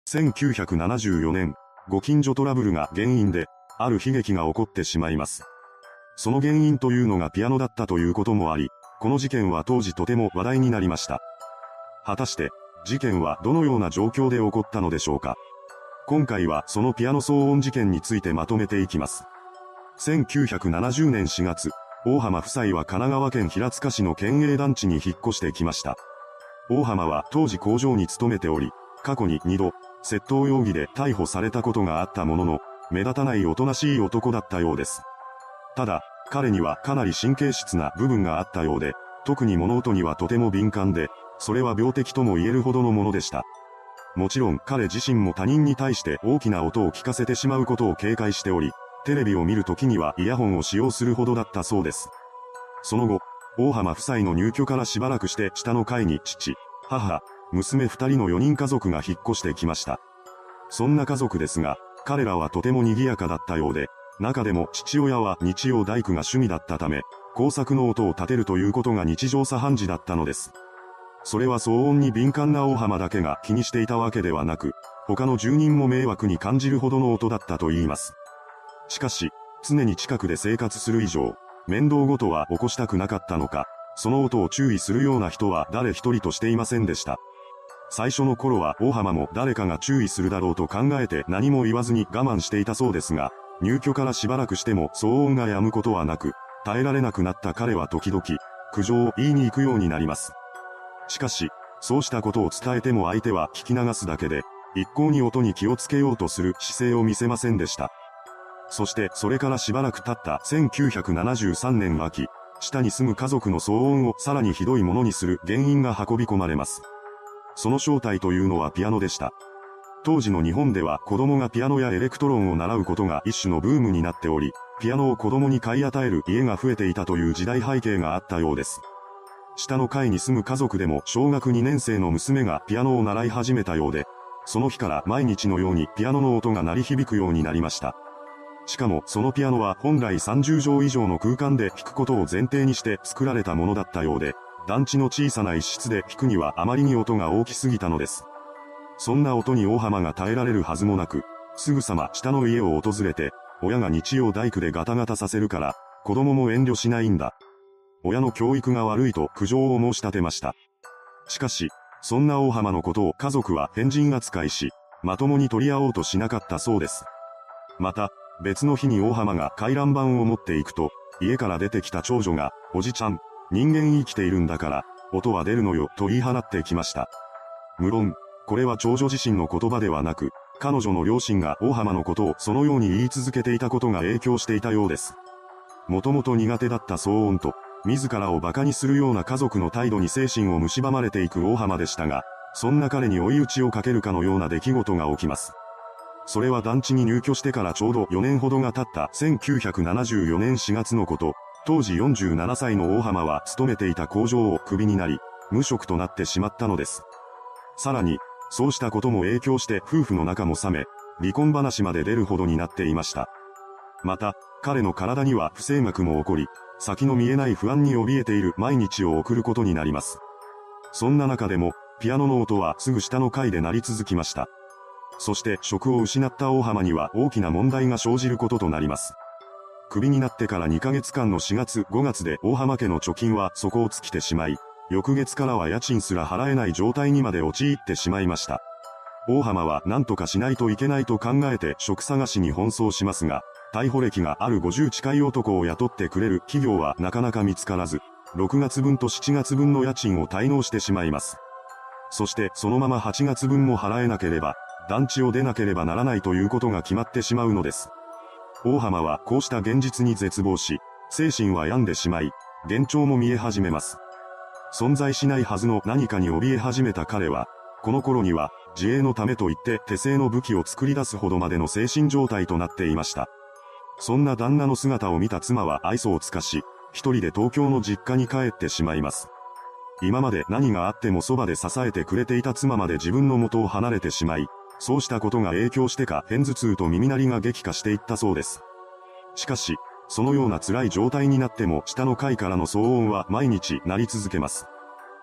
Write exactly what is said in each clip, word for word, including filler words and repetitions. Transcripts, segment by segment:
せんきゅうひゃくななじゅうよねん、ご近所トラブルが原因で、ある悲劇が起こってしまいます。その原因というのがピアノだったということもあり、この事件は当時とても話題になりました。果たして、事件はどのような状況で起こったのでしょうか。今回はそのピアノ騒音事件についてまとめていきます。せんきゅうひゃくななじゅうねんしがつ、大浜夫妻は神奈川県平塚市の県営団地に引っ越してきました。大浜は当時工場に勤めており、過去ににど、窃盗容疑で逮捕されたことがあったものの、目立たないおとなしい男だったようです。ただ、彼にはかなり神経質な部分があったようで、特に物音にはとても敏感で、それは病的とも言えるほどのものでした。もちろん彼自身も他人に対して大きな音を聞かせてしまうことを警戒しており、テレビを見るときにはイヤホンを使用するほどだったそうです。その後、大浜夫妻の入居からしばらくして下の階に父、母、娘二人のよにん家族が引っ越してきました。そんな家族ですが、彼らはとても賑やかだったようで、中でも父親は日曜大工が趣味だったため、工作の音を立てるということが日常茶飯事だったのです。それは騒音に敏感な大浜だけが気にしていたわけではなく、他の住人も迷惑に感じるほどの音だったといいます。しかし、常に近くで生活する以上、面倒ごとは起こしたくなかったのか、その音を注意するような人は誰一人としていませんでした。最初の頃は大浜も誰かが注意するだろうと考えて何も言わずに我慢していたそうですが、入居からしばらくしても騒音が止むことはなく、耐えられなくなった彼は時々、苦情を言いに行くようになります。しかし、そうしたことを伝えても相手は聞き流すだけで、一向に音に気をつけようとする姿勢を見せませんでした。そしてそれからしばらく経ったせんきゅうひゃくななじゅうさんねん秋、下に住む家族の騒音をさらにひどいものにする原因が運び込まれます。その正体というのはピアノでした。当時の日本では子供がピアノやエレクトロンを習うことが一種のブームになっており、ピアノを子供に買い与える家が増えていたという時代背景があったようです。下の階に住む家族でも小学にねんせいの娘がピアノを習い始めたようで、その日から毎日のようにピアノの音が鳴り響くようになりました。しかもそのピアノは本来さんじゅうじょう以上の空間で弾くことを前提にして作られたものだったようで、団地の小さな一室で弾くにはあまりに音が大きすぎたのです。そんな音に大浜が耐えられるはずもなく、すぐさま下の家を訪れて、親が日曜大工でガタガタさせるから、子供も遠慮しないんだ。親の教育が悪いと苦情を申し立てました。しかし、そんな大浜のことを家族は変人扱いし、まともに取り合おうとしなかったそうです。また、別の日に大浜が回覧板を持っていくと、家から出てきた長女が、おじちゃん、人間生きているんだから、音は出るのよ、と言い放ってきました。無論、これは長女自身の言葉ではなく、彼女の両親が大浜のことをそのように言い続けていたことが影響していたようです。もともと苦手だった騒音と、自らを馬鹿にするような家族の態度に精神を蝕まれていく大浜でしたが、そんな彼に追い打ちをかけるかのような出来事が起きます。それは団地に入居してからちょうどよねんほどが経ったせんきゅうひゃくななじゅうよねんしがつのこと、当時よんじゅうななさいの大浜は勤めていた工場をクビになり、無職となってしまったのです。さらに、そうしたことも影響して夫婦の仲も冷め、離婚話まで出るほどになっていました。また、彼の体には不整脈も起こり、先の見えない不安に怯えている毎日を送ることになります。そんな中でも、ピアノの音はすぐ下の階で鳴り続きました。そして職を失った大浜には大きな問題が生じることとなります。クビになってからにかげつかんのしがつごがつで大浜家の貯金は底を尽きてしまい、翌月からは家賃すら払えない状態にまで陥ってしまいました。大浜は何とかしないといけないと考えて職探しに奔走しますが、逮捕歴があるごじゅう近い男を雇ってくれる企業はなかなか見つからず、ろくがつぶんとしちがつぶんの家賃を滞納してしまいます。そしてそのままはちがつぶんも払えなければ、団地を出なければならないということが決まってしまうのです。大浜はこうした現実に絶望し、精神は病んでしまい、幻聴も見え始めます。存在しないはずの何かに怯え始めた彼は、この頃には自衛のためと言って手製の武器を作り出すほどまでの精神状態となっていました。そんな旦那の姿を見た妻は愛想を尽かし、一人で東京の実家に帰ってしまいます。今まで何があってもそばで支えてくれていた妻まで自分の元を離れてしまい、そうしたことが影響してか片頭痛と耳鳴りが激化していったそうです。しかし、そのような辛い状態になっても下の階からの騒音は毎日鳴り続けます。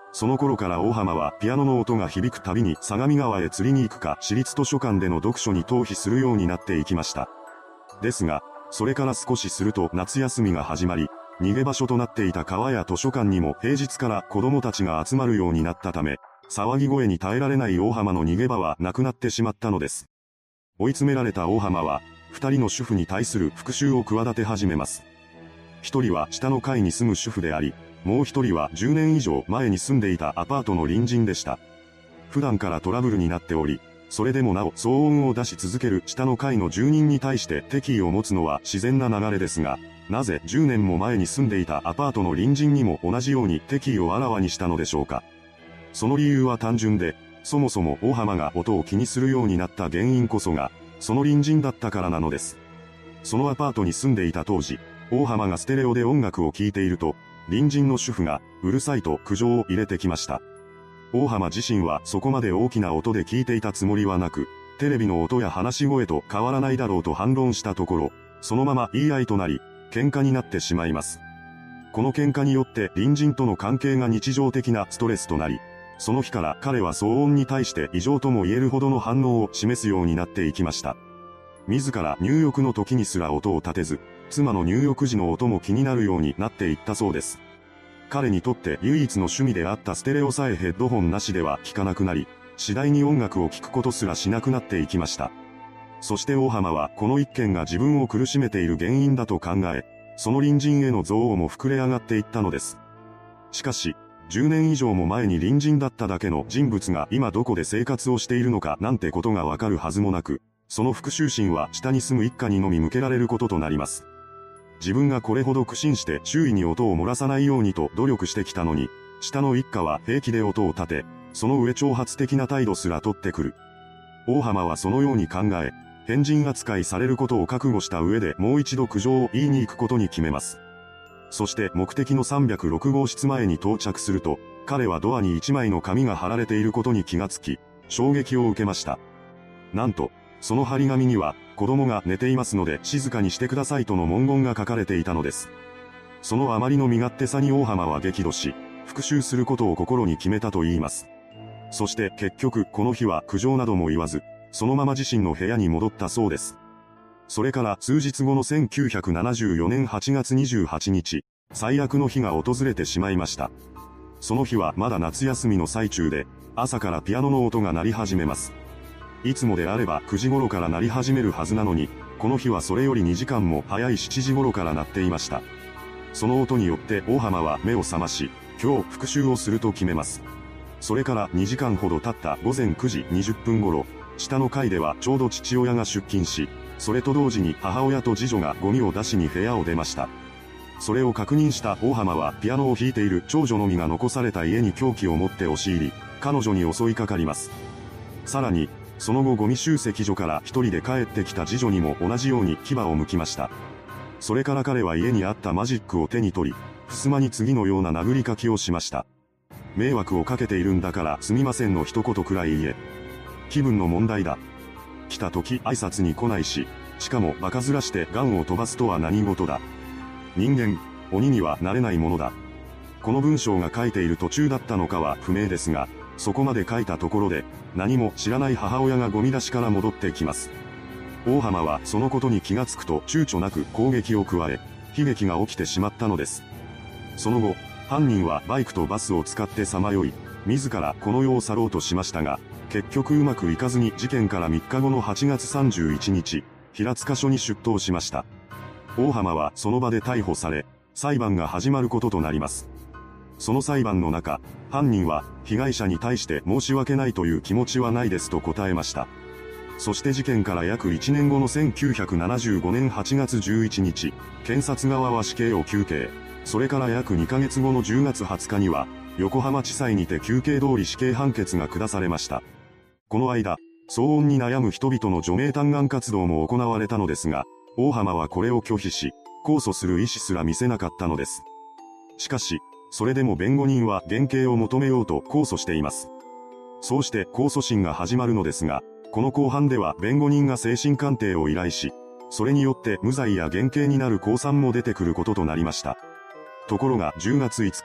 その頃から大浜はピアノの音が響くたびに相模川へ釣りに行くか私立図書館での読書に逃避するようになっていきました。ですが、それから少しすると夏休みが始まり、逃げ場所となっていた川や図書館にも平日から子供たちが集まるようになったため、騒ぎ声に耐えられない大浜の逃げ場はなくなってしまったのです。追い詰められた大浜は、二人の主婦に対する復讐を企て始めます。一人は下の階に住む主婦であり、もう一人はじゅうねん以上前に住んでいたアパートの隣人でした。普段からトラブルになっており、それでもなお騒音を出し続ける下の階の住人に対して敵意を持つのは自然な流れですが、なぜじゅうねんも前に住んでいたアパートの隣人にも同じように敵意をあらわにしたのでしょうか。その理由は単純で、そもそも大浜が音を気にするようになった原因こそが、その隣人だったからなのです。そのアパートに住んでいた当時、大浜がステレオで音楽を聴いていると、隣人の主婦がうるさいと苦情を入れてきました。大浜自身はそこまで大きな音で聞いていたつもりはなく、テレビの音や話し声と変わらないだろうと反論したところ、そのまま言い合いとなり、喧嘩になってしまいます。この喧嘩によって隣人との関係が日常的なストレスとなり、その日から彼は騒音に対して異常とも言えるほどの反応を示すようになっていきました。自ら入浴の時にすら音を立てず、妻の入浴時の音も気になるようになっていったそうです。彼にとって唯一の趣味であったステレオさえヘッドホンなしでは聞かなくなり、次第に音楽を聴くことすらしなくなっていきました。そして大浜はこの一件が自分を苦しめている原因だと考え、その隣人への憎悪も膨れ上がっていったのです。しかし、じゅうねん以上も前に隣人だっただけの人物が今どこで生活をしているのかなんてことがわかるはずもなく、その復讐心は下に住む一家にのみ向けられることとなります。自分がこれほど苦心して周囲に音を漏らさないようにと努力してきたのに、下の一家は平気で音を立て、その上挑発的な態度すら取ってくる。大浜はそのように考え、変人扱いされることを覚悟した上でもう一度苦情を言いに行くことに決めます。そして目的のさんびゃくろくごうしつまえに到着すると、彼はドアに一枚の紙が貼られていることに気がつき、衝撃を受けました。なんと、その張り紙には、子供が寝ていますので静かにしてくださいとの文言が書かれていたのです。そのあまりの身勝手さに大浜は激怒し、復讐することを心に決めたと言います。そして結局この日は苦情なども言わず、そのまま自身の部屋に戻ったそうです。それから数日後のせんきゅうひゃくななじゅうよねんはちがつにじゅうはちにち、最悪の日が訪れてしまいました。その日はまだ夏休みの最中で、朝からピアノの音が鳴り始めます。いつもであればくじ頃から鳴り始めるはずなのに、この日はそれよりにじかんも早いしちじ頃から鳴っていました。その音によって大浜は目を覚まし、今日復讐をすると決めます。それからにじかんほど経ったごぜんくじにじゅっぷん頃、下の階ではちょうど父親が出勤し、それと同時に母親と次女がゴミを出しに部屋を出ました。それを確認した大浜はピアノを弾いている長女のみが残された家に凶器を持って押し入り、彼女に襲いかかります。さらに、その後ゴミ集積所から一人で帰ってきた次女にも同じように牙を剥きました。それから彼は家にあったマジックを手に取り、襖に次のような殴り書きをしました。迷惑をかけているんだからすみませんの一言くらい言え。気分の問題だ。来た時挨拶に来ないし、しかもバカずらしてガンを飛ばすとは何事だ。人間、鬼にはなれないものだ。この文章が書いている途中だったのかは不明ですが、そこまで書いたところで、何も知らない母親がゴミ出しから戻ってきます。大浜はそのことに気がつくと躊躇なく攻撃を加え、悲劇が起きてしまったのです。その後、犯人はバイクとバスを使ってさまよい、自らこの世を去ろうとしましたが、結局うまくいかずに事件からみっかごのはちがつさんじゅういちにち、平塚署に出頭しました。大浜はその場で逮捕され、裁判が始まることとなります。その裁判の中、犯人は被害者に対して申し訳ないという気持ちはないですと答えました。そして事件から約いちねんごのせんきゅうひゃくななじゅうごねんはちがつじゅういちにち、検察側は死刑を求刑。それから約にかげつごのじゅうがつはつかには、横浜地裁にて求刑通り死刑判決が下されました。この間、騒音に悩む人々の除名嘆願活動も行われたのですが、大浜はこれを拒否し、控訴する意思すら見せなかったのです。しかし、それでも弁護人は減刑を求めようと控訴しています。そうして控訴審が始まるのですが、この公判では弁護人が精神鑑定を依頼し、それによって無罪や減刑になる公算も出てくることとなりました。ところがじゅうがついつか、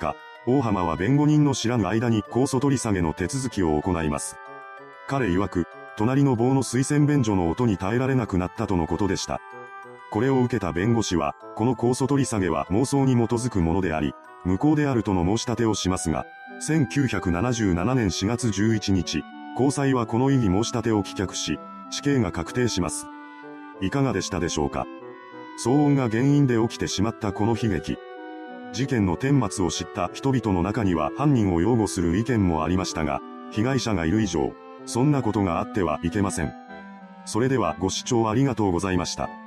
大浜は弁護人の知らぬ間に控訴取り下げの手続きを行います。彼曰く、隣の棒の水洗便所の音に耐えられなくなったとのことでした。これを受けた弁護士は、この控訴取り下げは妄想に基づくものであり、無効であるとの申し立てをしますが、せんきゅうひゃくななじゅうななねんしがつじゅういちにち、高裁はこの異議申し立てを棄却し、死刑が確定します。いかがでしたでしょうか。騒音が原因で起きてしまったこの悲劇。事件の顛末を知った人々の中には犯人を擁護する意見もありましたが、被害者がいる以上、そんなことがあってはいけません。それではご視聴ありがとうございました。